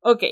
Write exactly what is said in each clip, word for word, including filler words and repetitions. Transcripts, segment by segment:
Ok.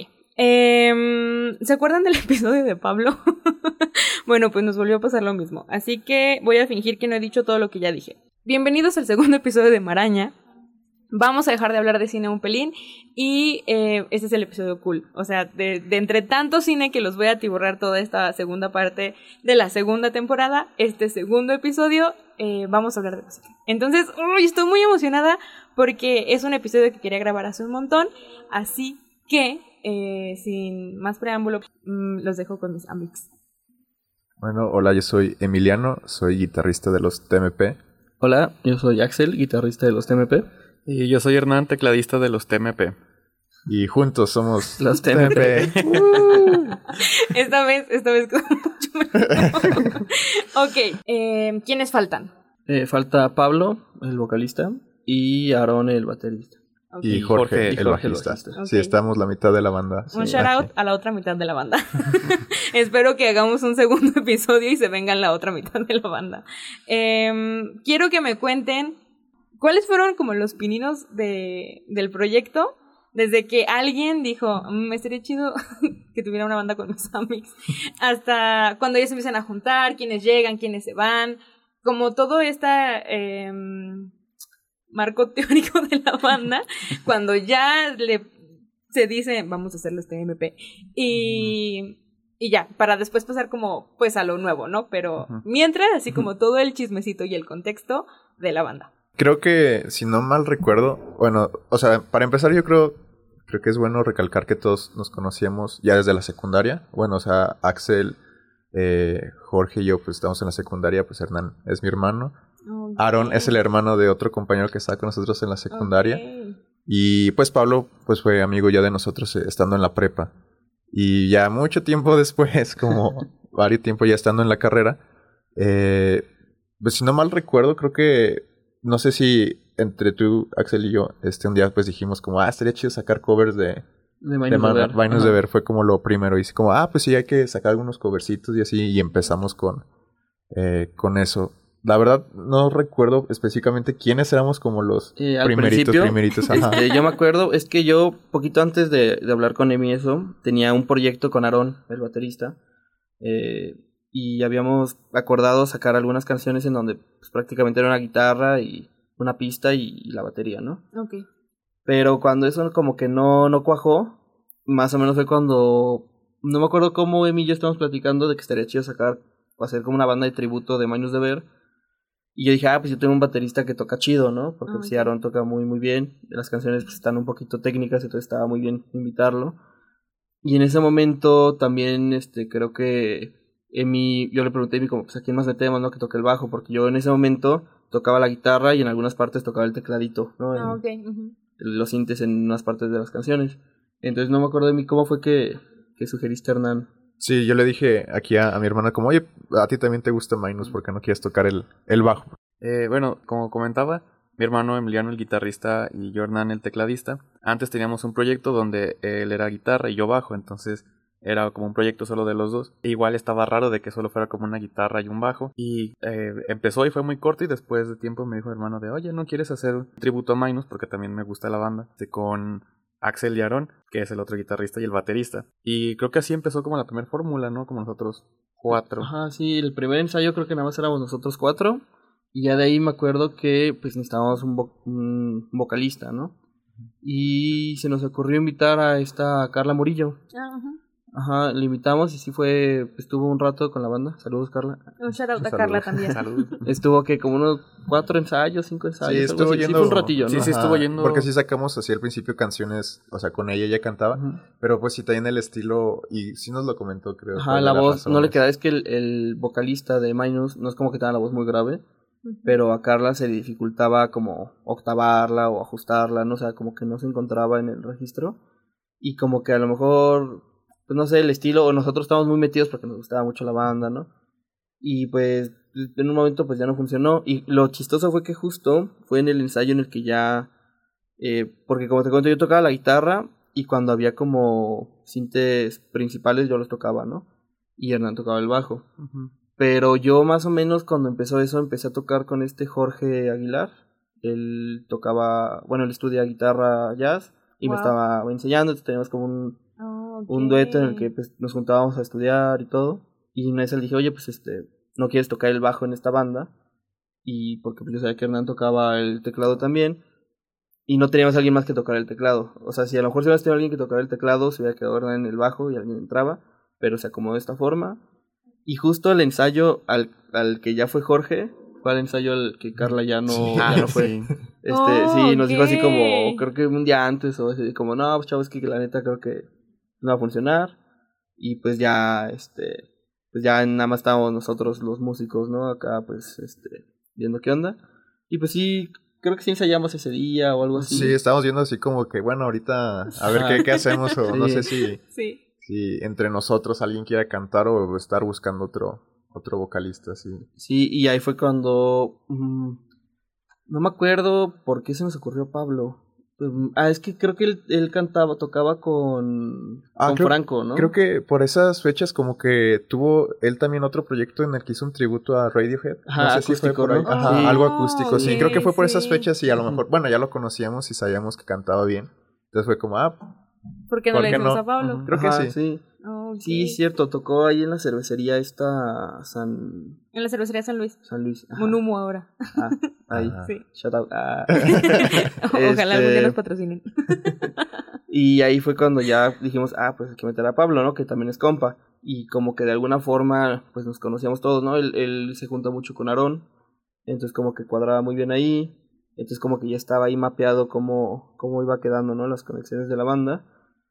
Eh, ¿Se acuerdan del episodio de Pablo? Bueno, pues nos volvió a pasar lo mismo. Así que voy a fingir que no he dicho todo lo que ya dije. Bienvenidos al segundo episodio de Maraña. Vamos a dejar de hablar de cine un pelín. Y eh, este es el episodio cool. O sea, de, de entre tanto cine que los voy a atiborrar toda esta segunda parte de la segunda temporada, este segundo episodio, eh, vamos a hablar de música. Entonces, uy, estoy muy emocionada porque es un episodio que quería grabar hace un montón. Así que, eh, sin más preámbulo, mmm, los dejo con mis amigos. Bueno, hola, yo soy Emiliano, soy guitarrista de los T M P. Hola, yo soy Axel, guitarrista de los T M P. Y yo soy Hernán, tecladista de los T M P. Y juntos somos los T M P. T M P. uh. Esta vez, esta vez con mucho mejor. Ok, eh, ¿quiénes faltan? Eh, falta Pablo, el vocalista, y Aarón, el baterista. Okay. Y Jorge, Jorge el, y Jorge bajista. el bajista. Okay. Sí, estamos la mitad de la banda. Un sí. shout out a la otra mitad de la banda. Espero que hagamos un segundo episodio y se vengan la otra mitad de la banda. Eh, quiero que me cuenten cuáles fueron como los pininos de, del proyecto. Desde que alguien dijo, me estaría chido que tuviera una banda con mis amigos, hasta cuando ya se empiezan a juntar, quiénes llegan, quiénes se van, como todo este eh, marco teórico de la banda, cuando ya le se dice, vamos a hacer los T M P, y, y ya, para después pasar como, pues a lo nuevo, ¿no? Pero uh-huh. mientras, así como todo el chismecito y el contexto de la banda. Creo que, si no mal recuerdo, bueno, o sea, para empezar yo creo, creo que es bueno recalcar que todos nos conocíamos ya desde la secundaria. Bueno, o sea, Axel, eh, Jorge y yo pues estamos en la secundaria, pues Hernán es mi hermano. Okay. Aarón es el hermano de otro compañero que está con nosotros en la secundaria. Okay. Y pues Pablo pues fue amigo ya de nosotros eh, estando en la prepa. Y ya mucho tiempo después, como varios tiempo ya estando en la carrera, eh, pues si no mal recuerdo, creo que no sé si entre tú, Axel y yo, este un día pues dijimos como, ah, estaría chido sacar covers de... De Vainos de, de Ver. Vainos de Ver fue como lo primero. Y como, ah, pues sí, hay que sacar algunos covercitos y así. Y empezamos con, eh, con eso. La verdad, no recuerdo específicamente quiénes éramos como los eh, primeritos, primeritos. Ajá. Este, yo me acuerdo, es que yo, poquito antes de, de hablar con Emi y eso, tenía un proyecto con Aarón, el baterista. Eh... Y habíamos acordado sacar algunas canciones en donde pues, prácticamente era una guitarra y una pista y, y la batería, ¿no? Ok. Pero cuando eso como que no, no cuajó, más o menos fue cuando... No me acuerdo cómo Emi y yo estábamos platicando de que estaría chido sacar o hacer como una banda de tributo de Vainos de Ver. Y yo dije, ah, pues yo tengo un baterista que toca chido, ¿no? Porque okay. pues, sí, Aarón toca muy, muy bien. Las canciones pues, están un poquito técnicas, entonces estaba muy bien invitarlo. Y en ese momento también este creo que... Emi, yo le pregunté a Emi como, pues, ¿a quién más metemos, no? Que toque el bajo, porque yo en ese momento tocaba la guitarra y en algunas partes tocaba el tecladito, ¿no? Ah, en, ok. Uh-huh. Los sintes en unas partes de las canciones. Entonces no me acuerdo de mí cómo fue que, que sugeriste, Hernán. Sí, yo le dije aquí a, a mi hermana como, oye, a ti también te gusta Minus, ¿por qué no quieres tocar el, el bajo? Eh, bueno, como comentaba, mi hermano Emiliano el guitarrista y yo Hernán el tecladista, antes teníamos un proyecto donde él era guitarra y yo bajo, entonces... Era como un proyecto solo de los dos. E igual estaba raro de que solo fuera como una guitarra y un bajo. Y eh, empezó y fue muy corto. Y después de tiempo me dijo mi hermano de, oye, ¿no quieres hacer un tributo a Minus? Porque también me gusta la banda. De, con Axel y Aarón, que es el otro guitarrista y el baterista. Y creo que así empezó como la primera fórmula, ¿no? Como nosotros cuatro. Ajá, sí. El primer ensayo creo que nada más éramos nosotros cuatro. Y ya de ahí me acuerdo que pues necesitábamos un, vo- un vocalista, ¿no? Y se nos ocurrió invitar a esta Carla Murillo. Ajá. Uh-huh. Ajá, le invitamos y sí fue, estuvo un rato con la banda. Saludos, Carla. Un shout out a Carla también. Saludos. Estuvo que como unos cuatro ensayos, cinco ensayos. Sí, estuvo yendo. Sí, fue un ratillo, ¿no? Sí, sí, estuvo yendo. Porque sí sacamos así al principio canciones, o sea, con ella ella cantaba, uh-huh. pero pues sí también el estilo, y sí nos lo comentó, creo. Ajá, la voz razones. No le queda, es que el, el vocalista de Minus no es como que tenga la voz muy grave, uh-huh. pero a Carla se le dificultaba como octavarla o ajustarla, no o sea, como que no se encontraba en el registro, y como que a lo mejor... pues no sé, el estilo, o nosotros estábamos muy metidos porque nos gustaba mucho la banda, ¿no? Y pues en un momento pues ya no funcionó, y lo chistoso fue que justo fue en el ensayo en el que ya, eh, porque como te cuento yo tocaba la guitarra, y cuando había como sintes principales yo los tocaba, ¿no? Y Hernán tocaba el bajo. Uh-huh. Pero yo más o menos cuando empezó eso empecé a tocar con este Jorge Aguilar, él tocaba, bueno, él estudia guitarra jazz, y wow. me estaba enseñando, entonces teníamos como un... Ok. un dueto en el que pues, nos juntábamos a estudiar y todo. Y una vez le dije, oye, pues este, ¿no quieres tocar el bajo en esta banda? Y porque pues, yo sabía que Hernán tocaba el teclado también. Y no teníamos a alguien más que tocar el teclado. O sea, si a lo mejor si hubiera tenido alguien que tocara el teclado, se hubiera quedado Hernán en el bajo y alguien entraba. Pero se acomodó de esta forma. Y justo el ensayo al, al que ya fue Jorge, fue el ensayo al que Carla ya no, Sí. ya no fue. Sí. Este, Oh, sí, nos dijo así ok. como, creo que un día antes, o así, como, no, pues chavos, que la neta creo que no va a funcionar. Y pues ya, este, pues ya nada más estábamos nosotros los músicos, ¿no? Acá, pues, este, viendo qué onda. Y pues sí, creo que sí ensayamos ese día o algo así. Sí, estábamos viendo así como que, bueno, ahorita a ver qué, qué hacemos o Sí. no sé si, Sí. si entre nosotros alguien quiera cantar o estar buscando otro, otro vocalista, sí. Sí, y ahí fue cuando... mm, no me acuerdo por qué se nos ocurrió Pablo. Mm, Ah, es que creo que él, él cantaba, tocaba con, Ah, con creo- Franco, ¿no? Creo que por esas fechas como que tuvo él también otro proyecto en el que hizo un tributo a Radiohead. Ajá, no sé si fue acústico, por ahí. ¿no? Ajá, Sí. algo acústico, sí. sí. Creo que fue por esas Sí. fechas y a lo Ujú. mejor, bueno, ya lo conocíamos y sabíamos que cantaba bien. Entonces fue como, ah, ¿Por qué no ¿Por le qué decimos no? a Pablo? Ujú. Creo que Ajá, sí. sí. Ok. Sí, cierto, tocó ahí en la cervecería esta San, En la cervecería San Luis. San Luis. Ajá. Monumo ahora. Ah, ahí. Ajá. Sí. Shout out. Ah. Ojalá algún día Este- nos patrocinen. Y ahí fue cuando ya dijimos, ah, pues hay que meter a Pablo, ¿no? Que también es compa. Y como que de alguna forma, pues nos conocíamos todos, ¿no? Él, él se junta mucho con Aarón. Entonces como que cuadraba muy bien ahí. Entonces como que ya estaba ahí mapeado cómo, cómo iba quedando, ¿no? Las conexiones de la banda.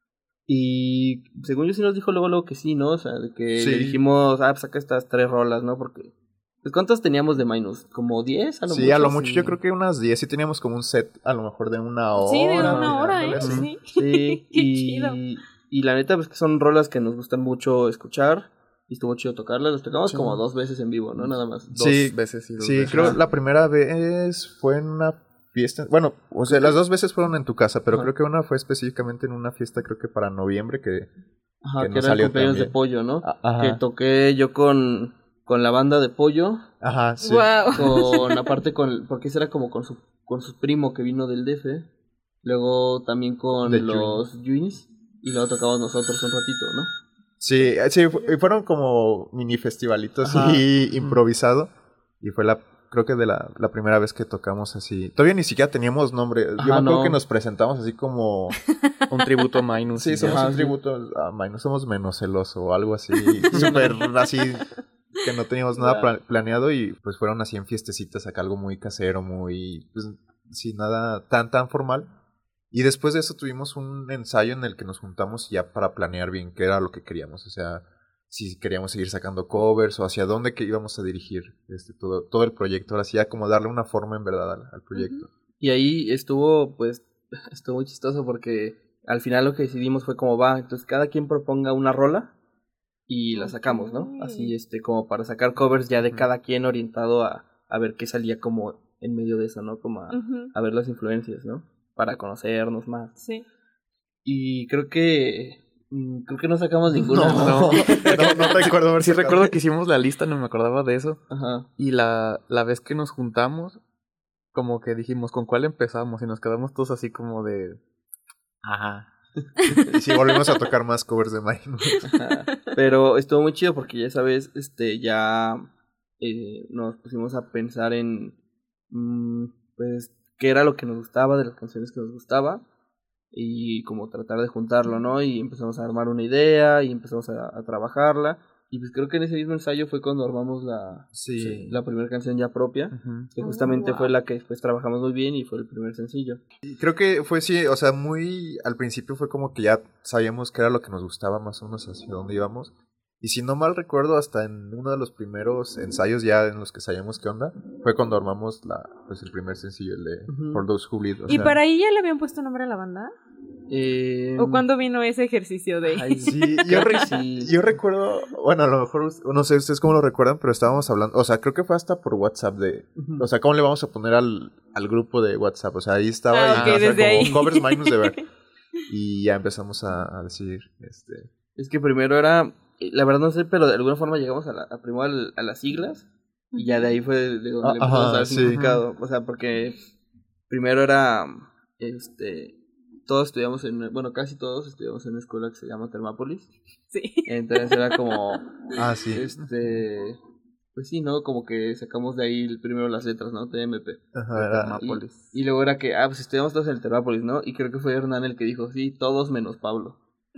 Y según yo sí nos dijo luego, luego que sí, ¿no? O sea, de que Sí. le dijimos, ah, pues saca estas tres rolas, ¿no? Porque, pues ¿cuántas teníamos de Minus? ¿Como diez? A lo sí, mucho, a lo mucho sí. yo creo que unas diez sí teníamos como un set a lo mejor de una hora. Sí, de una hora, ándale, ¿eh? así. Sí. Sí, Qué y, chido. y la neta, pues que son rolas que nos gustan mucho escuchar. Y estuvo chido tocarlas. Las tocamos Sí. como dos veces en vivo, ¿no? Nada más. Dos Sí, veces y dos Sí, veces. creo Ajá. la primera vez fue en una fiesta. Bueno, o sea, las dos veces fueron en tu casa, pero Ajá. creo que una fue específicamente en una fiesta, creo que para noviembre, que... Ajá, que que, no era el salió cumpleaños también. de Pollo, ¿no? Ah, ajá. Que toqué yo con, con la banda de Pollo. Ajá, sí. Wow. Con, aparte con, porque ese era como con su, con su primo que vino del D F. Luego también con De los Juins. Y luego tocamos nosotros un ratito, ¿no? Sí, eh, sí, fu- y fueron como mini festivalitos Ajá. así Ujú. improvisado. Y fue la, creo que de la, la primera vez que tocamos así. Todavía ni siquiera teníamos nombre. Yo Ajá, me acuerdo no. que nos presentamos así como... Un tributo a Minus. Sí, y somos ya. Ajá, un sí. tributo a May, no somos menos celoso o algo así. Súper así que no teníamos nada Ya. pla- planeado y pues fueron así en fiestecitas acá, algo muy casero, muy... Pues sin nada tan, tan formal. Y después de eso tuvimos un ensayo en el que nos juntamos ya para planear bien qué era lo que queríamos. O sea, si queríamos seguir sacando covers o hacia dónde que íbamos a dirigir este todo, todo el proyecto. Ahora sí, ya como darle una forma en verdad al, al proyecto. Y ahí estuvo, pues, estuvo muy chistoso porque al final lo que decidimos fue como va, entonces cada quien proponga una rola y la sacamos, ¿no? Ok. Así, este, como para sacar covers ya de Ujú. cada quien orientado a, a ver qué salía como en medio de eso, ¿no? Como a, Ujú. a ver las influencias, ¿no? Para conocernos más. Sí. Y creo que, mm, creo que no sacamos ninguna. No, No. no, no recuerdo haber Sí sacado. recuerdo que hicimos la lista, no me acordaba de eso. Ajá. Y la, la vez que nos juntamos, como que dijimos, ¿con cuál empezamos? Y nos quedamos todos así como de... Ajá. Y sí, volvimos a tocar más covers de Minus. Ajá. Pero estuvo muy chido porque ya esa vez este, ya eh, nos pusimos a pensar en mm, pues qué era lo que nos gustaba de las canciones que nos gustaba y como tratar de juntarlo, ¿no? Y empezamos a armar una idea y empezamos a, a trabajarla y pues creo que en ese mismo ensayo fue cuando armamos la, Sí. la primera canción ya propia, Ujú. que Oh, justamente wow. fue la que después trabajamos muy bien y fue el primer sencillo. Y creo que fue sí, o sea, muy al principio fue como que ya sabíamos qué era lo que nos gustaba más o menos hacia dónde íbamos. Y si no mal recuerdo, hasta en uno de los primeros ensayos ya en los que sabíamos qué onda, fue cuando armamos la pues el primer sencillo, el de Ujú. For Those Who Bleed. o ¿Y sea, para ahí ya le habían puesto nombre a la banda? Eh, ¿O cuándo vino ese ejercicio de...? ay, Sí, yo, creo que re- sí. yo recuerdo, bueno, a lo mejor, no sé ustedes cómo lo recuerdan, pero estábamos hablando, o sea, creo que fue hasta por WhatsApp de, Ujú. o sea, ¿cómo le vamos a poner al, al grupo de WhatsApp? O sea, ahí estaba Ah, y, ok, o sea, desde como ahí. covers Minus de ver. Y ya empezamos a, a decir, este... Es que primero era, eh, la verdad no sé, pero de alguna forma llegamos a, la, a primero al- a las siglas y ya de ahí fue de donde Ah, le empezamos ajá, a dar sí. significado. O sea, porque primero era, este, todos estudiamos en, bueno, casi todos estudiamos en una escuela que se llama Termápolis. Sí. Entonces era como, Ah, sí. este, pues sí, ¿no? Como que sacamos de ahí primero las letras, ¿no? T M P. Ajá, era- Termápolis. Y, y luego era que, ah, pues estudiamos todos en el Termápolis, ¿no? Y creo que fue Hernán el que dijo, sí, todos menos Pablo.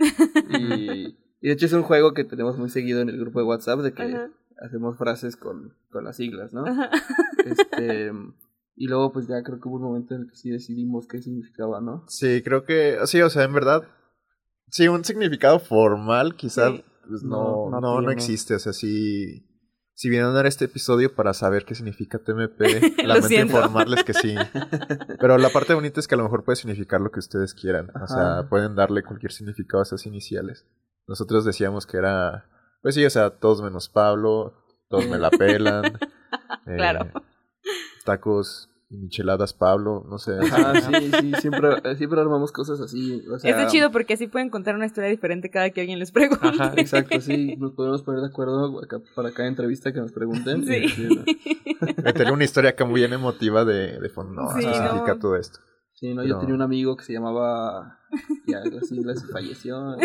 y, y de hecho es un juego que tenemos muy seguido en el grupo de WhatsApp de que Ajá. hacemos frases con, con las siglas, ¿no? Ajá. Este, y luego pues ya creo que hubo un momento en el que sí decidimos qué significaba, ¿no? Sí, creo que, sí, o sea, en verdad, sí, un significado formal quizás Sí. pues, no, No, no, no no, tiene. existe, o sea, sí, si vienen a ver este episodio para saber qué significa T M P, Lo lamento siento. informarles que sí, pero la parte bonita es que a lo mejor puede significar lo que ustedes quieran, o sea, Ajá. pueden darle cualquier significado a esas iniciales. Nosotros decíamos que era, pues sí, o sea, todos menos Pablo, todos me la pelan, eh, Claro. tacos y micheladas Pablo, no sé. Ah, sí, sí, siempre, siempre armamos cosas así, o sea... Está chido porque así pueden contar una historia diferente cada que alguien les pregunte. Ajá, Exacto, sí, nos podemos poner de acuerdo acá- para cada entrevista que nos pregunten. Sí. Y, sí, ¿no? Meterle una historia acá muy bien emotiva de, de fondo. No, Sí, así no. significa todo esto. Sí, no, Pero- yo tenía un amigo que se llamaba ya las siglas y falleció.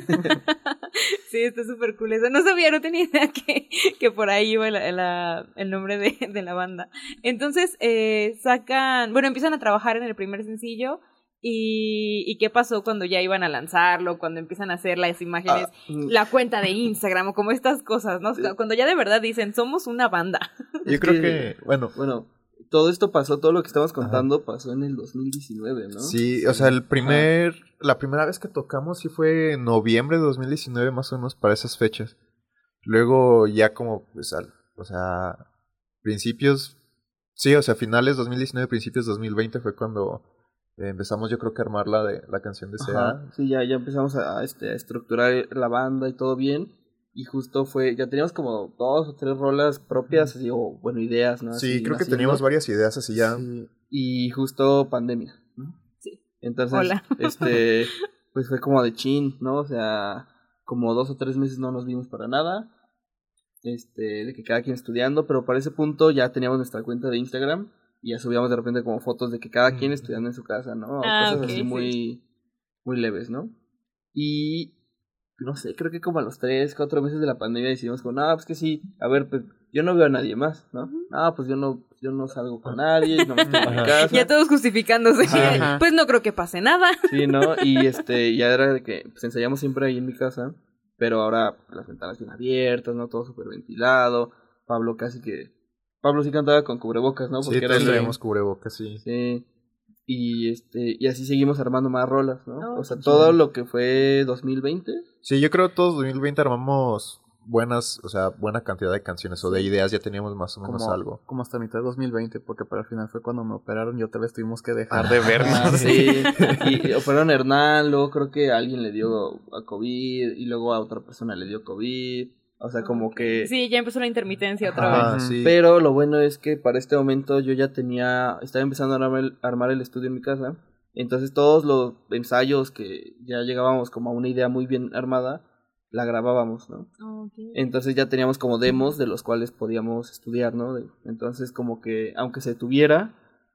Sí, está súper cool eso. No sabía, no tenía idea que, que por ahí iba la- la- el nombre de, de la banda. Entonces, eh, sacan, bueno, empiezan a trabajar en el primer sencillo. Y, ¿Y qué pasó cuando ya iban a lanzarlo? Cuando empiezan a hacer las imágenes, Ah, mm, la cuenta de Instagram o como estas cosas, ¿no? Cuando ya de verdad dicen, somos una banda. Yo Es creo que- que, bueno, Bueno, todo esto pasó, todo lo que estamos contando pasó en el dos mil diecinueve, ¿no? sí, o sea, el primer, la primera vez que tocamos sí fue en noviembre de dos mil diecinueve, más o menos, para esas fechas. Luego ya como, pues, al, o sea, principios, sí, o sea, finales dos mil diecinueve, principios dos mil veinte fue cuando eh, empezamos yo creo que a armar la, de, la canción de C A. Ajá, sí, ya, ya empezamos a, a, este, a estructurar la banda y todo bien. Y justo fue, ya teníamos como dos o tres rolas propias, así, o bueno, ideas, ¿no? Sí, Así, creo que naciendo. teníamos varias ideas así ya. Sí, y justo pandemia, ¿no? Sí. Entonces, Hola. este, pues fue como de chin, ¿no? O sea, como dos o tres meses no nos vimos para nada. Este, de que cada quien estudiando, pero para ese punto ya teníamos nuestra cuenta de Instagram y ya subíamos de repente como fotos de que cada quien estudiando en su casa, ¿no? O Ah, cosas ok, así sí. muy, muy leves, ¿no? Y no sé, creo que como a los tres, cuatro meses de la pandemia decidimos como, no, pues que sí, a ver, pues yo no veo a nadie más, ¿no? No, pues yo no, yo no salgo con nadie, no me estoy en mi Ajá. casa. Ya todos justificándose. Ajá. Pues no creo que pase nada. Sí, ¿no? Y este, ya era de que pues, ensayamos siempre ahí en mi casa, pero ahora las ventanas bien abiertas, ¿no? Todo súper ventilado. Pablo casi que... Pablo sí cantaba con cubrebocas, ¿no? Sí, Porque era todos el... traíamos cubrebocas, sí. Sí. Y este, y así seguimos armando más rolas, ¿no? Oh, o sea, qué todo chido. lo que fue dos mil veinte. Sí, yo creo que todos dos mil veinte armamos buenas, o sea, buena cantidad de canciones o de ideas, ya teníamos más o menos como, algo. como hasta mitad de dos mil veinte, porque para el final fue cuando me operaron y otra vez tuvimos que dejar de Ah, vernos. sí. Y, y operaron a Hernán, luego creo que a alguien le dio a COVID y luego a otra persona le dio COVID. O sea, como que... Sí, ya empezó la intermitencia otra Ajá, vez. sí. Pero lo bueno es que para este momento yo ya tenía, estaba empezando a armar el, a armar el estudio en mi casa. Entonces todos los ensayos que ya llegábamos como a una idea muy bien armada, la grabábamos, ¿no? Ok. Entonces ya teníamos como demos de los cuales podíamos estudiar, ¿no? De- entonces como que aunque se tuviera,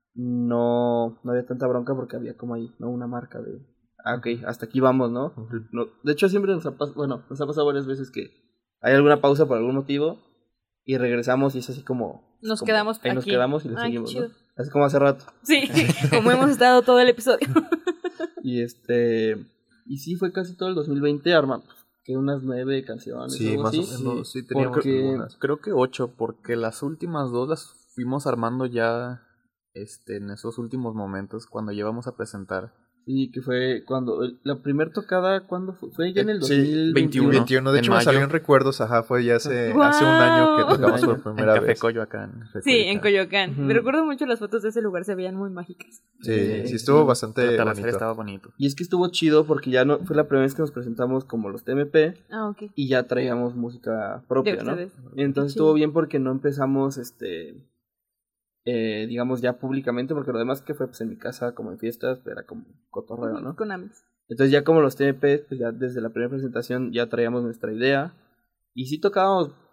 no, no había tanta bronca porque había como ahí, ¿no? Una marca de, ah, ok, hasta aquí vamos, ¿no? No, de hecho siempre nos ha pasado, bueno, nos ha pasado varias veces que hay alguna pausa por algún motivo y regresamos y es así como... Nos como, quedamos ahí nos aquí. quedamos y le Ay, qué seguimos, chido. ¿no? Así como hace rato. Sí, como hemos estado todo el episodio. Y este... Y sí, fue casi todo el dos mil veinte, armamos que unas nueve canciones. Sí, algo más o así. menos, sí, teníamos porque- algunas. Creo que ocho, porque las últimas dos las fuimos armando ya este, en esos últimos momentos cuando llevamos a presentar. Sí, que fue cuando... La primer tocada, ¿cuándo fue? Fue ya en el Eh, sí, dos mil veintiuno. veintiuno, de en hecho me mayo. salieron recuerdos, ajá, fue ya hace, ¡Guau! hace un año que tocamos Un por año. primera en Café vez. Coyoacán. Sí, en Coyoacán. Ujú. Me recuerdo mucho las fotos de ese lugar, se veían muy mágicas. Sí, Eh, sí, estuvo sí. bastante El atardecer bonito. estaba bonito. Y es que estuvo chido porque ya no fue la primera vez que nos presentamos como los T M P Ah, ok. y ya traíamos música propia, De ¿no? ustedes. Entonces Qué chido. estuvo bien porque no empezamos, este, eh, digamos ya públicamente, porque lo demás que fue pues en mi casa como en fiestas, era como cotorreo, ¿no? Con amigos. Entonces ya como los T M P, pues ya desde la primera presentación ya traíamos nuestra idea y sí tocábamos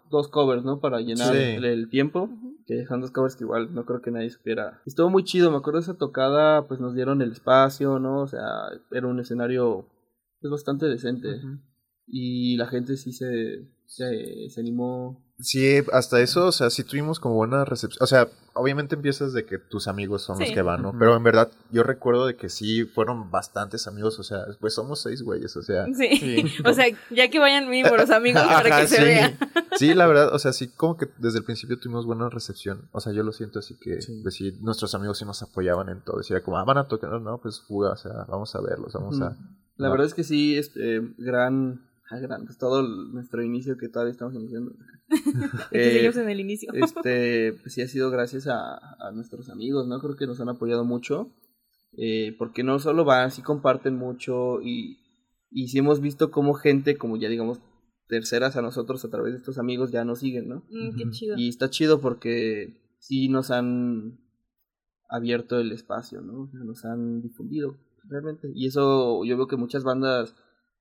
dos covers, ¿no? Para llenar Sí. el, el tiempo. Que son dos covers que igual no creo que nadie supiera. Estuvo muy chido, me acuerdo de esa tocada, pues nos dieron el espacio, ¿no? O sea, era un escenario pues bastante decente. Ujú. Y la gente sí se, se, se animó. Sí, hasta eso, o sea, sí tuvimos como buena recepción. O sea, obviamente empiezas de que tus amigos son los Sí. que van, ¿no? Ujú. Pero en verdad, yo recuerdo de que sí fueron bastantes amigos, o sea, pues somos seis güeyes, o sea. Sí. Sí. O sea, ya que vayan mínimo los amigos para Ajá, que se sí. vea. Sí, la verdad, o sea, sí, como que desde el principio tuvimos buena recepción. O sea, yo lo siento así que, Sí. pues sí, nuestros amigos sí nos apoyaban en todo. Decía como, ah, van a tocar, no, pues fuga, o sea, vamos a verlos, vamos a. La no. verdad es que sí, este, gran, ah, gran, pues todo el- nuestro inicio que todavía estamos iniciando. Y que Eh, seguimos en el inicio. Este, pues sí ha sido gracias a, a nuestros amigos, ¿no? Creo que nos han apoyado mucho, eh, porque no solo van, sí comparten mucho y, y sí hemos visto cómo gente, como ya digamos, terceras a nosotros a través de estos amigos ya nos siguen, ¿no? Mm, qué chido. Y está chido porque sí nos han abierto el espacio, ¿no? O sea, nos han difundido realmente. Y eso yo veo que muchas bandas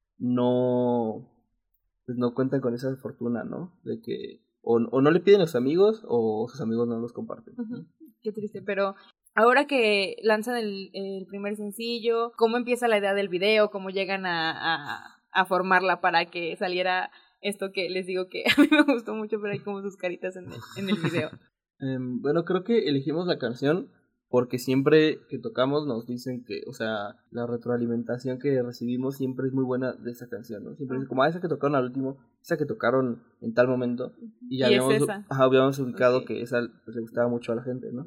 no, pues no cuentan con esa fortuna, ¿no? De que o, o no le piden a sus amigos o sus amigos no los comparten. Ujú. Qué triste, pero ahora que lanzan el, el primer sencillo, ¿cómo empieza la idea del video? ¿Cómo llegan a, a, a formarla para que saliera esto que les digo que a mí me gustó mucho ver ahí como sus caritas en el, en el video? Um, bueno, creo que elegimos la canción porque siempre que tocamos nos dicen que, o sea, la retroalimentación que recibimos siempre es muy buena de esa canción, ¿no? Siempre es como, ah, esa que tocaron al último, esa que tocaron en tal momento, y ya Y es habíamos, esa. ajá, habíamos ubicado Ok. que esa pues, le gustaba mucho a la gente, ¿no?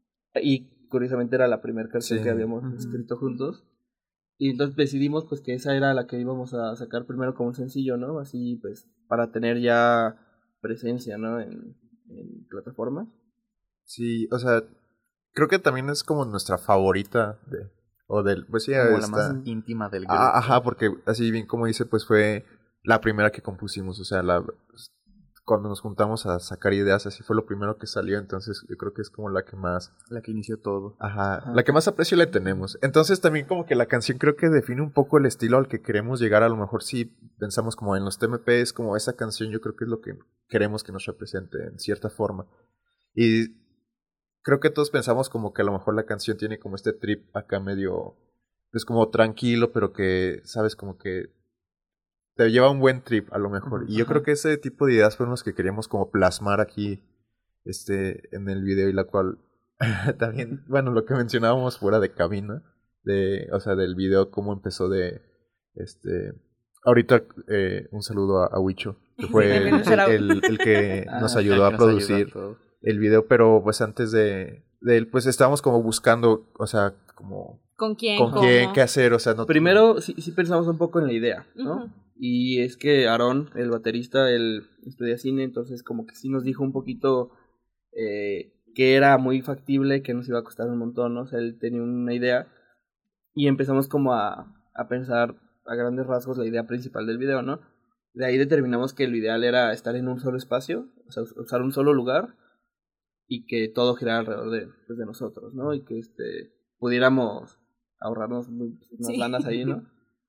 Y curiosamente era la primera canción Sí. que habíamos Ujú. escrito juntos. Y entonces decidimos pues que esa era la que íbamos a sacar primero como un sencillo, ¿no? Así pues para tener ya presencia, ¿no? En, en plataformas. Sí, o sea, creo que también es como nuestra favorita de. O del. Pues sí, Como la está. más íntima del grupo. Ah, ajá, porque así bien como dice, pues fue la primera que compusimos. O sea, la cuando nos juntamos a sacar ideas, así fue lo primero que salió. Entonces yo creo que es como la que más. La que inició todo. Ajá, Ajá. la que más aprecio le tenemos. Entonces también como que la canción creo que define un poco el estilo al que queremos llegar. A lo mejor si pensamos como en los T M P, es como esa canción yo creo que es lo que queremos que nos represente en cierta forma. Y creo que todos pensamos como que a lo mejor la canción tiene como este trip acá medio, pues como tranquilo, pero que, sabes, como que te lleva un buen trip a lo mejor. Ujú, y yo ajá. creo que ese tipo de ideas fueron los que queríamos como plasmar aquí, este, en el video, y la cual también, bueno, lo que mencionábamos fuera de cabina, de, o sea, del video, cómo empezó de, este, ahorita eh, un saludo a, a Huicho, que Sí, fue también el, un shout out. el- el que Ah, nos el ayudó El a que nos ayuda producir todo. el video, pero pues antes de, de él, pues estábamos como buscando, o sea, como ¿Con quién? con ¿Cómo? quién, qué hacer, o sea, no. Primero sí, sí pensamos un poco en la idea, ¿no? Ujú. Y es que Aarón, el baterista, él estudia cine, entonces como que sí nos dijo un poquito eh, que era muy factible, que nos iba a costar un montón, ¿no? O sea, él tenía una idea y empezamos como a, a pensar a grandes rasgos la idea principal del video, ¿no? De ahí determinamos que lo ideal era estar en un solo espacio, o sea, usar un solo lugar y que todo girara alrededor de, pues, de nosotros, ¿no? Y que este pudiéramos ahorrarnos muy- unas Sí. lanas ahí, ¿no?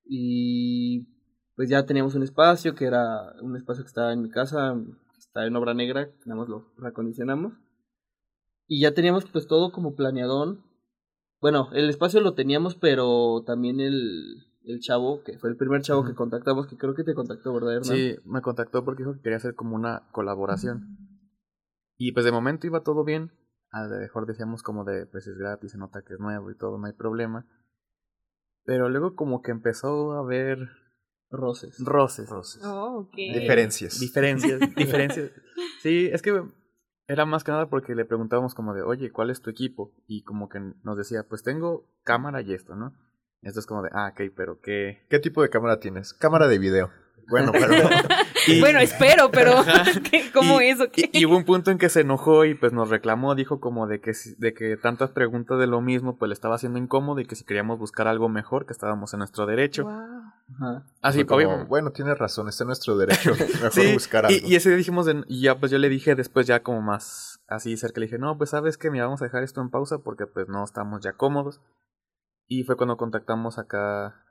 Y pues ya teníamos un espacio que era un espacio que estaba en mi casa, que está en obra negra, nada más lo reacondicionamos. Y ya teníamos pues todo como planeadón. Bueno, el espacio lo teníamos, pero también el, el chavo, que fue el primer chavo Ujú. que contactamos, que creo que te contactó, ¿verdad, Hernán? Sí, me contactó porque dijo que quería hacer como una colaboración. Y pues de momento iba todo bien. A lo mejor decíamos como de, pues es gratis, se nota que es nuevo y todo, no hay problema. Pero luego como que empezó a haber Roces. roces. Oh, ok. Diferencias. Diferencias, diferencias. Sí, es que era más que nada porque le preguntábamos como de, oye, ¿cuál es tu equipo? Y como que nos decía, pues tengo cámara y esto, ¿no? Esto es como de, ah, ok, pero ¿qué? ¿Qué tipo de cámara tienes? Cámara de video. Bueno, pero. Y- Bueno, espero, pero ¿qué- ¿cómo y, es o qué? Y, y hubo un punto en que se enojó y pues nos reclamó, dijo como de que, si- de que tantas preguntas de lo mismo pues le estaba haciendo incómodo y que si queríamos buscar algo mejor, que estábamos en nuestro derecho. Wow. Ajá. Así, fue como, obviamente. bueno, tienes razón, está en nuestro derecho. Mejor Sí, buscar algo. y, y ese día dijimos, de- y ya pues yo le dije después ya como más así cerca, le dije, no, pues sabes que mira, vamos a dejar esto en pausa porque pues no estamos ya cómodos. Y fue cuando contactamos acá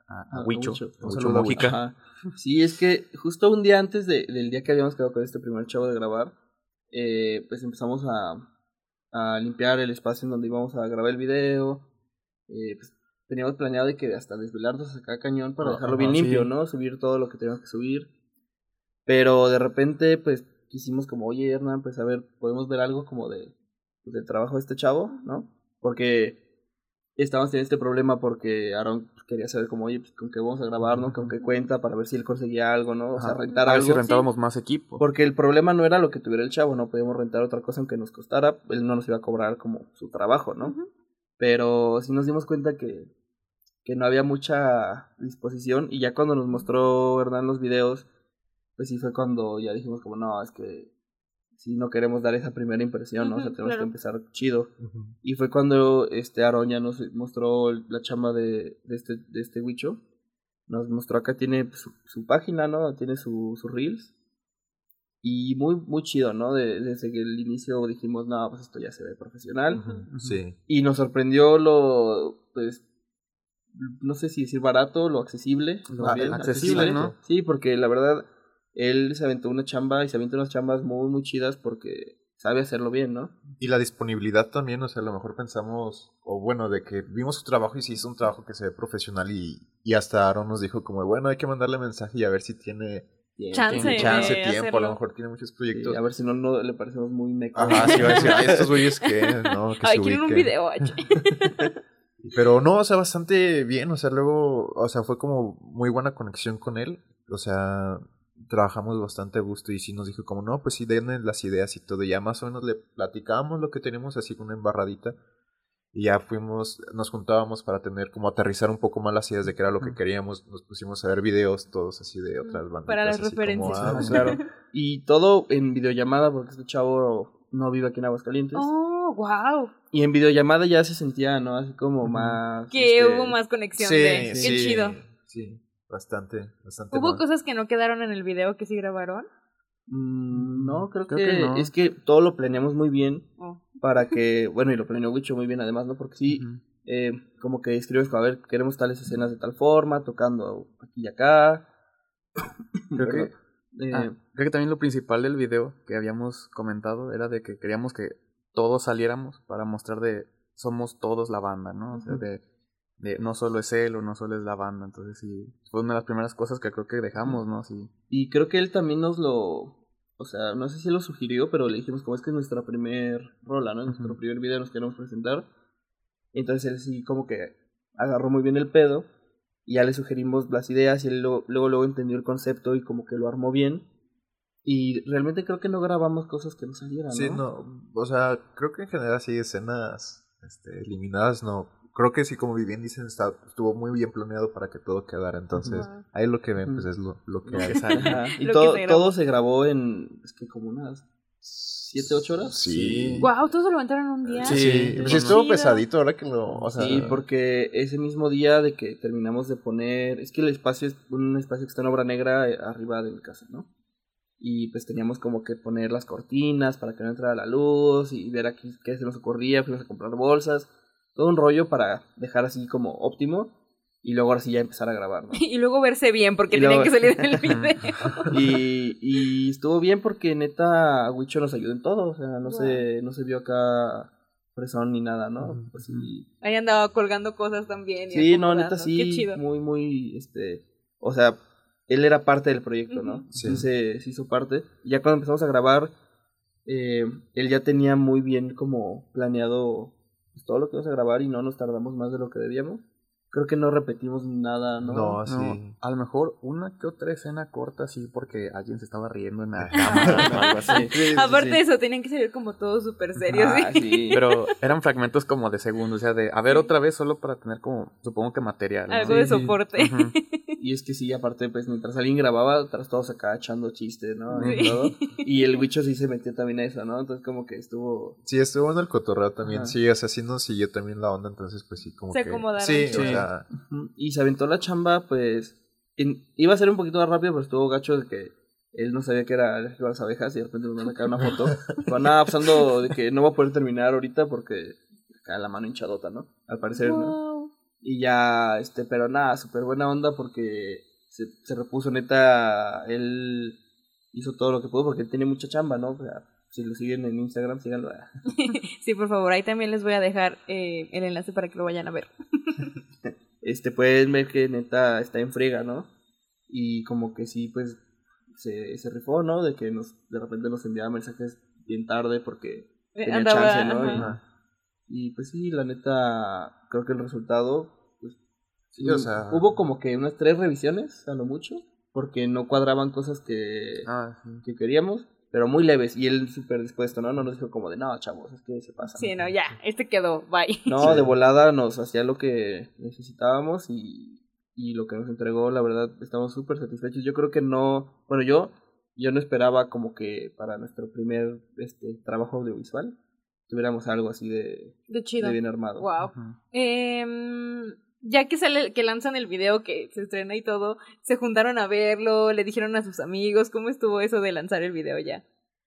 a, a Huicho, Huicho, a un Huicho saludo a Mojica. Ajá. Sí, es que justo un día antes de, del día que habíamos quedado con este primer chavo de grabar, eh, pues empezamos a, a limpiar el espacio en donde íbamos a grabar el video. Eh, pues teníamos planeado de que hasta desvelarnos acá cañón para Ah, dejarlo ajá, bien limpio, sí. ¿no? Subir todo lo que teníamos que subir. Pero de repente, pues quisimos como, oye, Hernán, pues a ver, podemos ver algo como de pues, del trabajo de este chavo, ¿no? Porque estábamos teniendo este problema porque Aaron quería saber como, oye, pues con qué vamos a grabar, ¿no? Con qué cuenta para ver si él conseguía algo, ¿no? O sea, Ajá. rentar A ver algo. si rentábamos más equipo. Porque el problema no era lo que tuviera el chavo, no podíamos rentar otra cosa aunque nos costara, él no nos iba a cobrar como su trabajo, ¿no? Ujú. Pero sí nos dimos cuenta que, que no había mucha disposición y ya cuando nos mostró Hernán los videos, pues sí fue cuando ya dijimos como, no, es que sí no queremos dar esa primera impresión, ¿no? O sea, Ujú, tenemos claro. que empezar chido. Ujú. Y fue cuando este Aaron ya nos mostró la chamba de, de este de este Huicho. Nos mostró acá, tiene su, su página, ¿no? Tiene su, sus reels. Y muy, muy chido, ¿no? De, desde que el inicio dijimos, no, pues esto ya se ve profesional. Ujú. Sí. Y nos sorprendió lo, pues, no sé si decir barato, lo accesible. Lo Ah, bien accesible, ¿no? Sí, porque la verdad, él se aventó una chamba y se aventó unas chambas muy, muy chidas porque sabe hacerlo bien, ¿no? Y la disponibilidad también, o sea, a lo mejor pensamos, o bueno, de que vimos su trabajo y sí es un trabajo que se ve profesional y, y hasta Aaron nos dijo como, bueno, hay que mandarle mensaje y a ver si tiene Bien, Chance tiene de chance, tiempo, hacerlo. a lo mejor tiene muchos proyectos. Sí, a ver si no, no le parecemos muy mecos. Ajá, sí, va a decir, ay, estos güeyes que, no, que Ay, se quieren un ubiquen. video. Ay. Pero no, o sea, bastante bien, o sea, luego, o sea, fue como muy buena conexión con él, o sea, trabajamos bastante a gusto y sí nos dijo como, no, pues sí, denme las ideas y todo, y ya más o menos le platicábamos lo que teníamos así con una embarradita, y ya fuimos, nos juntábamos para tener como aterrizar un poco más las ideas de qué era lo que queríamos, nos pusimos a ver videos todos así de otras banditas. Para las así como, referencias. ah, Ah, pues, claro. Y todo en videollamada porque este chavo no vive aquí en Aguascalientes. Oh, wow. Y en videollamada ya se sentía, ¿no? Así como Ujú. más... Que este, hubo más conexión sí, de. Qué sí, chido. sí, bastante, bastante ¿Hubo más. cosas que no quedaron en el video que sí grabaron? mm, no, creo, Creo que, que no. es que todo lo planeamos muy bien Oh. para que... Bueno, y lo planeó Wicho muy bien además, ¿no? Porque sí, Ujú. eh, como que escribes, a ver, queremos tales escenas de tal forma, tocando aquí y acá. Creo que, Perdón. Eh, ah, creo que también lo principal del video que habíamos comentado era de que queríamos que todos saliéramos para mostrar de somos todos la banda, ¿no? O sea, Ujú. de, de no solo es él o no solo es la banda. Entonces sí, fue una de las primeras cosas que creo que dejamos, ¿no? Sí. Y creo que él también nos lo... O sea, no sé si lo sugirió, pero le dijimos como es que es nuestra primer rola, ¿no? Nuestro Ujú. primer video nos queremos presentar. Entonces él sí como que agarró muy bien el pedo. Y ya le sugerimos las ideas y él lo- luego, luego entendió el concepto y como que lo armó bien. Y realmente creo que no grabamos cosas que no salieran, ¿no? Sí, no, o sea, creo que en general sí, escenas este, eliminadas, no. Creo que sí, como bien dicen, está, estuvo muy bien planeado para que todo quedara. Entonces, Wow. ahí lo que ven, pues Ujú. es lo, lo que Lo hay. que sale. Ajá. Y Lo todo, que se grabó. todo se grabó en, es que como unas siete, ocho horas. Sí. Wow, todos se levantaron un día. Sí, Sí, sí, pues qué estuvo chido. pesadito ahora que lo, o sea, Sí, porque ese mismo día de que terminamos de poner, es que el espacio es un espacio que está en obra negra eh, arriba de mi casa, ¿no? Y pues teníamos como que poner las cortinas para que no entrara la luz y ver aquí qué se nos ocurría, fuimos a comprar bolsas, todo un rollo para dejar así como óptimo y luego ahora sí ya empezar a grabar, ¿no? Y luego verse bien porque Y tenían luego- que salir en el video. Y, y estuvo bien porque neta Wicho nos ayudó en todo, o sea, no Wow. se, no se vio acá fresón ni nada, ¿no? Pues sí. Ahí andaba colgando cosas también. y Sí, no, acomodando. neta Qué sí, chido. muy, muy, este, o sea, él era parte del proyecto, ¿no? Ujú. Sí. Él se, se hizo parte. Y ya cuando empezamos a grabar, eh, él ya tenía muy bien como planeado pues, todo lo que íbamos a grabar y no nos tardamos más de lo que debíamos. Creo que no repetimos nada, ¿no? no, No, sí. a lo mejor una que otra escena corta, sí, porque alguien se estaba riendo en la cámara o algo así. Sí, sí, Aparte sí. de eso, tenían que salir como todos súper serios. Ah, ¿sí? sí. Pero eran fragmentos como de segundos, o sea, de a ver otra vez solo para tener como, supongo que material, ¿no? Algo de Sí, sí. soporte. Ujú. Y es que sí, aparte, pues mientras alguien grababa, tras todos acá echando chistes, ¿no? Y Sí. todo. Y el Wicho sí se metió también a eso, ¿no? Entonces como que estuvo... Sí, estuvo bueno el cotorreo también. Ajá. Sí, o sea, sí nos siguió también la onda, entonces pues sí, como Se que... acomodaron Sí, chido. o sea, Ujú. Y se aventó la chamba, pues... en- iba a ser un poquito más rápido, pero estuvo gacho de que él no sabía que era alérgico a las abejas y de repente nos manda acá una foto. Con nada, pasando de que no va a poder terminar ahorita porque acá la mano hinchadota, ¿no? Al parecer, ¿no? Wow. Y ya, este, pero nada, súper buena onda porque se, se repuso, neta, él hizo todo lo que pudo porque él tiene mucha chamba, ¿no? O sea, si lo siguen en Instagram, síganlo. Sí, por favor, ahí también les voy a dejar eh, el enlace para que lo vayan a ver. Este, pueden ver que neta está en friega, ¿no? Y como que sí, pues, se, se rifó, ¿no? De que nos, de repente nos enviaba mensajes bien tarde porque tenía Andaba, chance, ¿no? ajá. Y, y pues sí, la neta, creo que el resultado, pues, Sí, o sea... hubo como que unas tres revisiones, a lo mucho, porque no cuadraban cosas que, Ah, sí. que queríamos, pero muy leves, y él súper dispuesto, ¿no? No nos dijo como de, no, chavos, es que se pasa. Sí, no, ya, este quedó, bye. No, Sí. de volada nos hacía lo que necesitábamos y, y lo que nos entregó, la verdad, estamos súper satisfechos. Yo creo que no, bueno, yo, yo no esperaba como que para nuestro primer este trabajo audiovisual tuviéramos algo así de, De chido. de bien armado. Wow. Ujú. Eh, ya que sale, que lanzan el video, que se estrena y todo, se juntaron a verlo, le dijeron a sus amigos, ¿cómo estuvo eso de lanzar el video ya?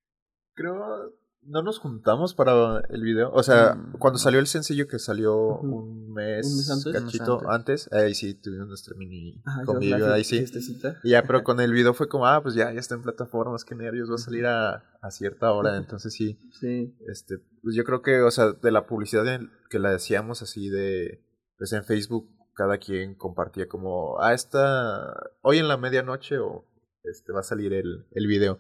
Creo... No nos juntamos para el video. O sea, Mm, cuando no. salió el sencillo que salió Ujú. un mes, Un mes antes. cachito Un mes antes, ahí sí tuvimos nuestra mini Ajá, convivio, hicimos la ahí sí. fiestecita. Y ya, pero con el video fue como, ah, pues ya, ya está en plataformas, qué nervios, va a salir a, a cierta hora. Entonces sí, Sí. este, pues yo creo que, o sea, de la publicidad en- que la decíamos así de, pues en Facebook, cada quien compartía como, ah, esta, hoy en la medianoche o este va a salir el, el video.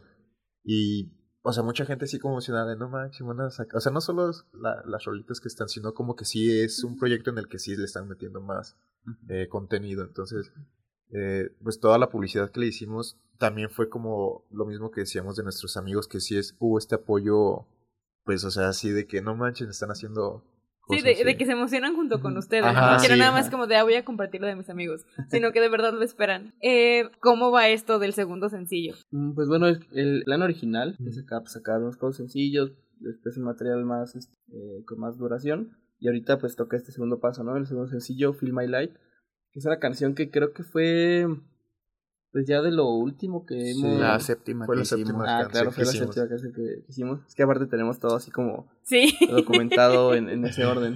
Y, o sea, mucha gente así como emocionada de, no manches, van a sacar-". O sea, no solo es la- las rolitas que están, sino como que sí es un proyecto en el que sí le están metiendo más eh, contenido. Entonces, eh, pues toda la publicidad que le hicimos también fue como lo mismo que decíamos de nuestros amigos, que sí es, hubo este apoyo, pues, o sea, así de que no manches, están haciendo Sí, cosas. de, de que se emocionan junto con ustedes, Ajá, ¿no? Que no sí, nada más ajá. como de, ah, voy a compartirlo de mis amigos, sino que de verdad lo esperan. Eh, ¿Cómo va esto del segundo sencillo? Mm, Pues bueno, el, el plan original es Ujú. acá, pues, sacar unos cosas sencillos, después un material más este, eh, con más duración. Y ahorita pues toca este segundo paso, ¿no? El segundo sencillo, Feel My Light, que es una canción que creo que fue pues ya de lo último que Sí. hemos... La séptima Fue que la hicimos. séptima. Ah, canción claro, que fue la hicimos. séptima canción que que hicimos. Es que aparte tenemos todo así como Sí. documentado en, en ese orden.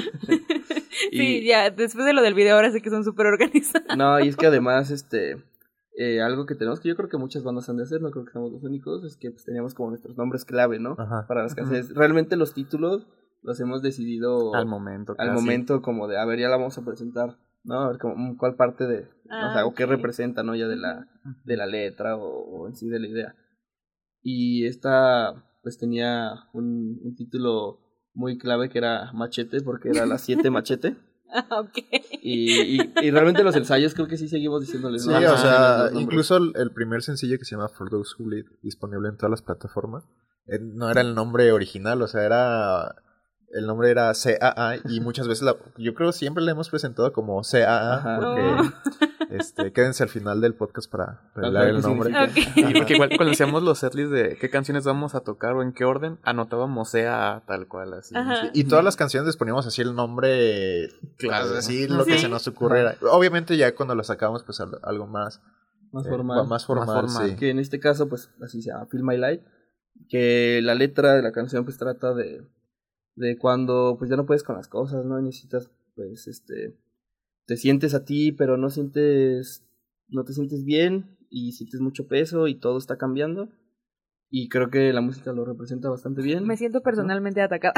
Sí, Y- ya, después de lo del video ahora sé que son súper organizados. No, y es que además, este, eh, algo que tenemos, que yo creo que muchas bandas han de hacer, no creo que seamos los únicos, es que pues, teníamos como nuestros nombres clave, ¿no? Ajá. Para las Ujú. canciones. Realmente los títulos los hemos decidido Al momento. al casi. momento como de, a ver, ya la vamos a presentar, ¿no? A ver como, mm, cuál parte de, Ah, o sea, o qué ok. representa, ¿no? Ya de la, Ujú. de la letra o, o en sí de la idea. Y esta, pues tenía un, un título muy clave que era Machete, porque era las siete Machete. Ah, ok. Y, y, y realmente los ensayos creo que sí seguimos diciéndoles. Sí, ¿no? o Los sea, nombres. incluso el, el primer sencillo que se llama For Those Who Bleed, disponible en todas las plataformas, eh, no era el nombre original, o sea, era... El nombre era C A A y muchas veces, la, yo creo siempre le hemos presentado como C A A, Ajá. porque Oh. este, quédense al final del podcast para Para revelar ver el qué nombre. significa. Ok. Y porque igual cuando hacíamos los setlists de qué canciones vamos a tocar o en qué orden, anotábamos sea tal cual, así. Ajá. Y todas las canciones les poníamos así el nombre, Claro. pues, así lo que Sí. se nos ocurriera. Obviamente ya cuando lo sacamos, pues al- algo más, Más eh, formal. más formal, Más formal. sí. Que en este caso, pues así se llama Feel My Light. Que la letra de la canción, pues trata de, de cuando pues ya no puedes con las cosas, ¿no? Y necesitas, pues, este. Te sientes a ti, pero no sientes. No te sientes bien y sientes mucho peso y todo está cambiando. Y creo que la música lo representa bastante bien. Me siento personalmente atacada.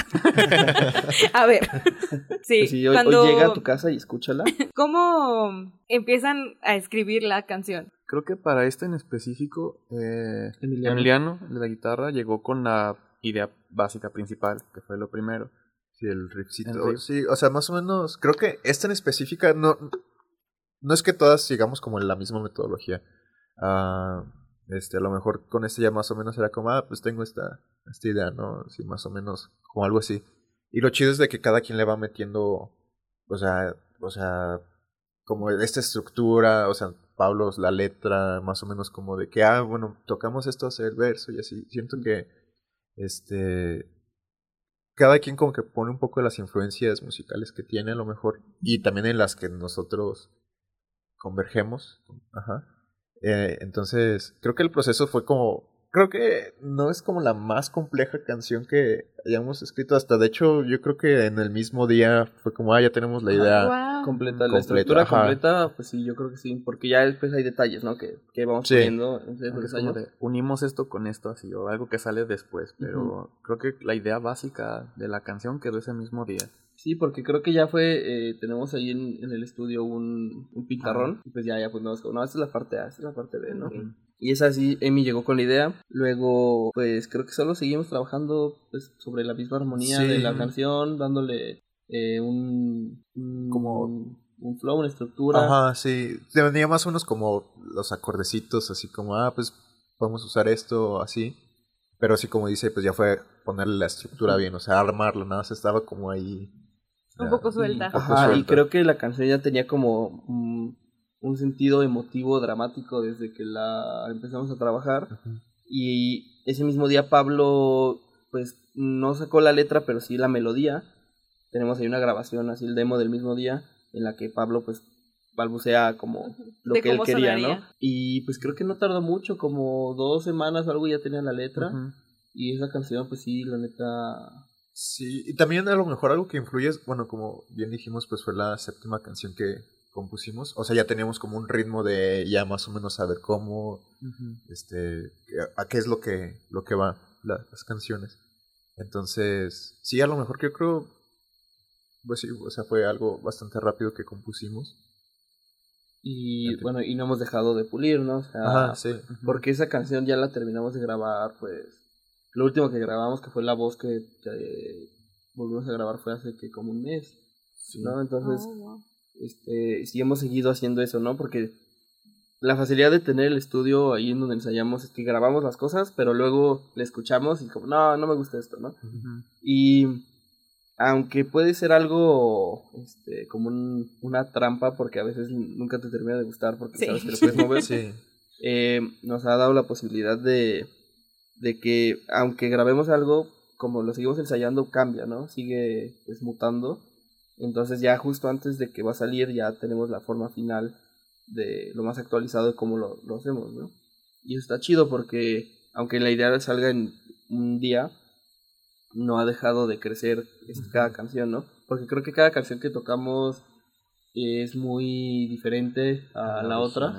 A ver. Sí, Pues sí, hoy, cuando... hoy llega a tu casa y escúchala. ¿Cómo empiezan a escribir la canción? Creo que para este en específico, eh, Emiliano. Emiliano, el de la guitarra, llegó con la idea básica principal, que fue lo primero. Sí, el riffcito. El riff. Sí, o sea, más o menos, creo que esta en específica no, no es que todas sigamos como en la misma metodología. Ah, este, a lo mejor con este ya más o menos era como, ah, pues tengo esta, esta idea, ¿no? Sí, más o menos, como algo así. Y lo chido es de que cada quien le va metiendo, o sea, o sea, como esta estructura, o sea, Pablo, la letra, más o menos como de que, ah, bueno, tocamos esto, hacer el verso y así. Siento que, este, cada quien como que pone un poco de las influencias musicales que tiene a lo mejor y también en las que nosotros convergemos. Ajá. Eh, entonces, creo que el proceso fue como creo que no es como la más compleja canción que hayamos escrito. Hasta de hecho, yo creo que en el mismo día fue como, ah, ya tenemos la idea. Wow. Completa, la completa, estructura ajá. completa, pues sí, yo creo que sí, porque ya después hay detalles, ¿no? Que, que vamos Sí. poniendo en el Es como ensayo. de, unimos esto con esto así, o algo que sale después, pero Ujú. creo que la idea básica de la canción quedó ese mismo día. Sí, porque creo que ya fue, eh, tenemos ahí en, en el estudio un, un pizarrón, y pues ya, ya pues no, no, esta es la parte A, esta es la parte B, ¿no? Ok. Y es así, Emi llegó con la idea, luego pues creo que solo seguimos trabajando pues sobre la misma armonía Sí. de la canción, dándole eh, un, un, Como- un flow, una estructura. Ajá, sí. Tenía más o menos como los acordecitos, así como, ah, pues podemos usar esto, así. Pero sí, como dice, pues ya fue ponerle la estructura Ujú. bien, o sea, armarlo, nada más estaba como ahí. Un ya, poco Y, suelta. poco ajá, y suelta. creo que la canción ya tenía como mm, un sentido emotivo, dramático desde que la empezamos a trabajar. Ujú. Y ese mismo día Pablo, pues no sacó la letra, pero sí la melodía. Tenemos ahí una grabación, así el demo del mismo día, en la que Pablo pues balbucea como lo De que él cómo quería, sonaría. ¿no? Y pues creo que no tardó mucho, como dos semanas o algo ya tenía la letra. Ujú. Y esa canción, pues sí, la neta... Sí, y también a lo mejor algo que influye es, bueno, como bien dijimos, pues fue la séptima canción que compusimos. O sea, ya teníamos como un ritmo de ya más o menos saber cómo, este, a, a qué es lo que, lo que va la- las canciones. Entonces, sí, a lo mejor que yo creo, pues sí, o sea, fue algo bastante rápido que compusimos. Y Entiendo. bueno, y no hemos dejado de pulir, ¿no? O sea, Ajá, sí. porque esa canción ya la terminamos de grabar, pues... Lo último que grabamos, que fue la voz que, que volvimos a grabar, fue hace que como un mes, Sí. ¿no? Entonces, Oh, wow. este, sí hemos seguido haciendo eso, ¿no? Porque la facilidad de tener el estudio ahí en donde ensayamos es que grabamos las cosas, pero luego le escuchamos y como, no, no me gusta esto, ¿no? Ujú. Y aunque puede ser algo este, como un- una trampa, porque a veces nunca te termina de gustar porque Sí. sabes que lo puedes mover, Sí. eh, nos ha dado la posibilidad de, de que aunque grabemos algo, como lo seguimos ensayando, cambia, ¿no? Sigue pues, mutando. Entonces ya justo antes de que va a salir ya tenemos la forma final de lo más actualizado de cómo lo, lo hacemos, ¿no? Y eso está chido porque aunque la idea salga en un día, no ha dejado de crecer este, cada canción, ¿no? Porque creo que cada canción que tocamos es muy diferente a la otra.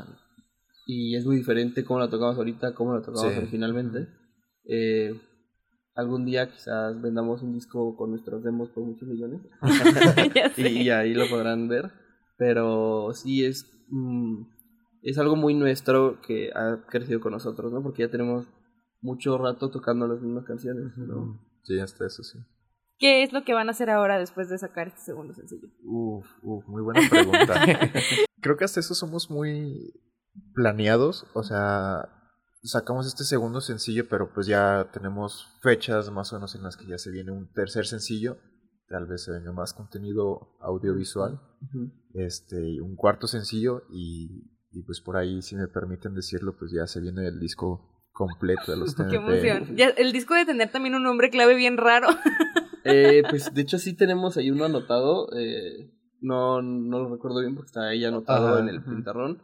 Y es muy diferente cómo la tocamos ahorita, cómo la tocamos Sí. originalmente. Eh, algún día quizás vendamos un disco con nuestros demos por muchos millones. Ya y, sé. y ahí lo podrán ver. Pero sí es, mm, es algo muy nuestro que ha crecido con nosotros, ¿no? Porque ya tenemos mucho rato tocando las mismas canciones, ¿no? Sí, hasta eso sí. ¿Qué es lo que van a hacer ahora después de sacar este segundo sencillo? Uf, uf, muy buena pregunta. Creo que hasta eso somos muy planeados, o sea, sacamos este segundo sencillo, pero pues ya tenemos fechas más o menos en las que ya se viene un tercer sencillo, tal vez se venga más contenido audiovisual, Ujú. este, y un cuarto sencillo y, y pues por ahí, si me permiten decirlo, pues ya se viene el disco completo de los T M P. Qué emoción. Ya, el disco debe tener también un nombre clave bien raro. Eh, pues de hecho sí tenemos ahí uno anotado. Eh, no, no lo recuerdo bien porque está ahí anotado Ajá, en el ujú. pintarrón.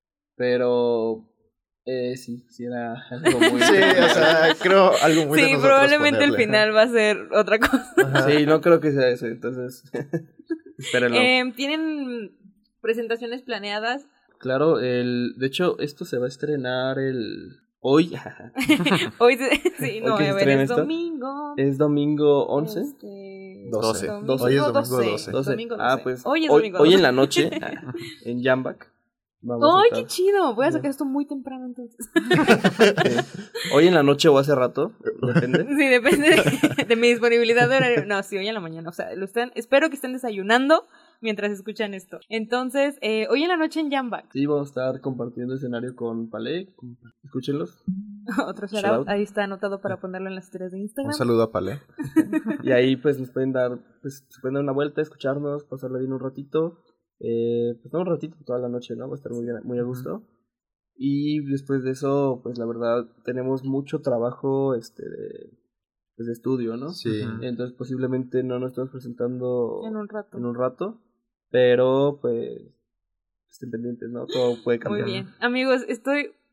Pero eh, sí, sí era algo muy... Sí, o sea, creo algo muy de Sí, nosotros probablemente el ponerle. final va a ser otra cosa. Ajá. Sí, no creo que sea eso, entonces espérenlo. Eh, ¿Tienen presentaciones planeadas? Claro, el, de hecho esto se va a estrenar el hoy. Hoy se- sí, no, ¿Hoy que se a ver, estrena es esto? domingo. Es domingo once. Este, doce. Domingo Hoy es domingo doce. doce. doce. Domingo Ah, doce. pues Hoy es hoy, domingo hoy doce. en la noche en Jamback. Vamos a ¡Ay, estar. qué chido! Voy a Ya. sacar esto muy temprano entonces. Sí. Hoy en la noche o hace rato, depende. Sí, depende de, de mi disponibilidad de horario. No, sí, hoy en la mañana. O sea, lo están, espero que estén desayunando mientras escuchan esto. Entonces, eh, hoy en la noche en Jamback. Sí, vamos a estar compartiendo escenario con Palek. Escúchenlos. Otro Shout shout out. out. Ahí está anotado para ponerlo en las historias de Un Instagram. saludo a Pale. Y ahí pues nos pueden dar, pues se pueden dar una vuelta, escucharnos, pasarla bien un ratito. Eh, pues no un ratito, toda la noche, ¿no? Va a estar muy, bien- muy a gusto. Y después de eso, pues la verdad, tenemos mucho trabajo este de, pues, de estudio, ¿no? Sí. Ujú. Entonces posiblemente no nos estemos presentando En un rato. en un rato, pero pues estén pendientes, ¿no? Todo puede Muy cambiar. bien. Amigos, estoy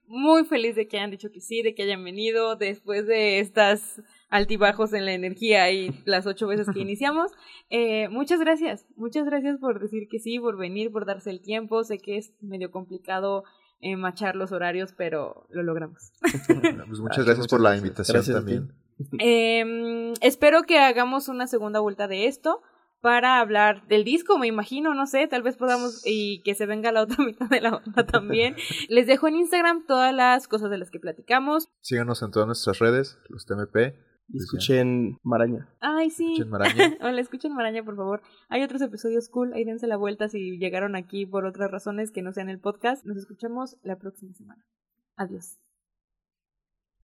muy feliz de que hayan dicho que sí, de que hayan venido después de estas altibajos en la energía y las ocho veces que iniciamos. Eh, muchas gracias, muchas gracias por decir que sí, por venir, por darse el tiempo. Sé que es medio complicado eh, machar los horarios, pero lo logramos. Bueno, pues muchas gracias por la invitación Gracias a ti. también. Eh, espero que hagamos una segunda vuelta de esto para hablar del disco, me imagino, no sé, tal vez podamos y que se venga la otra mitad de la banda también. Les dejo en Instagram todas las cosas de las que platicamos. Síganos en todas nuestras redes, los T M P. Y escuchen Maraña. Ay, sí. Escuchen Maraña. Hola, escuchen Maraña, por favor. Hay otros episodios cool, ahí dense la vuelta si llegaron aquí por otras razones que no sean el podcast. Nos escuchamos la próxima semana. Adiós.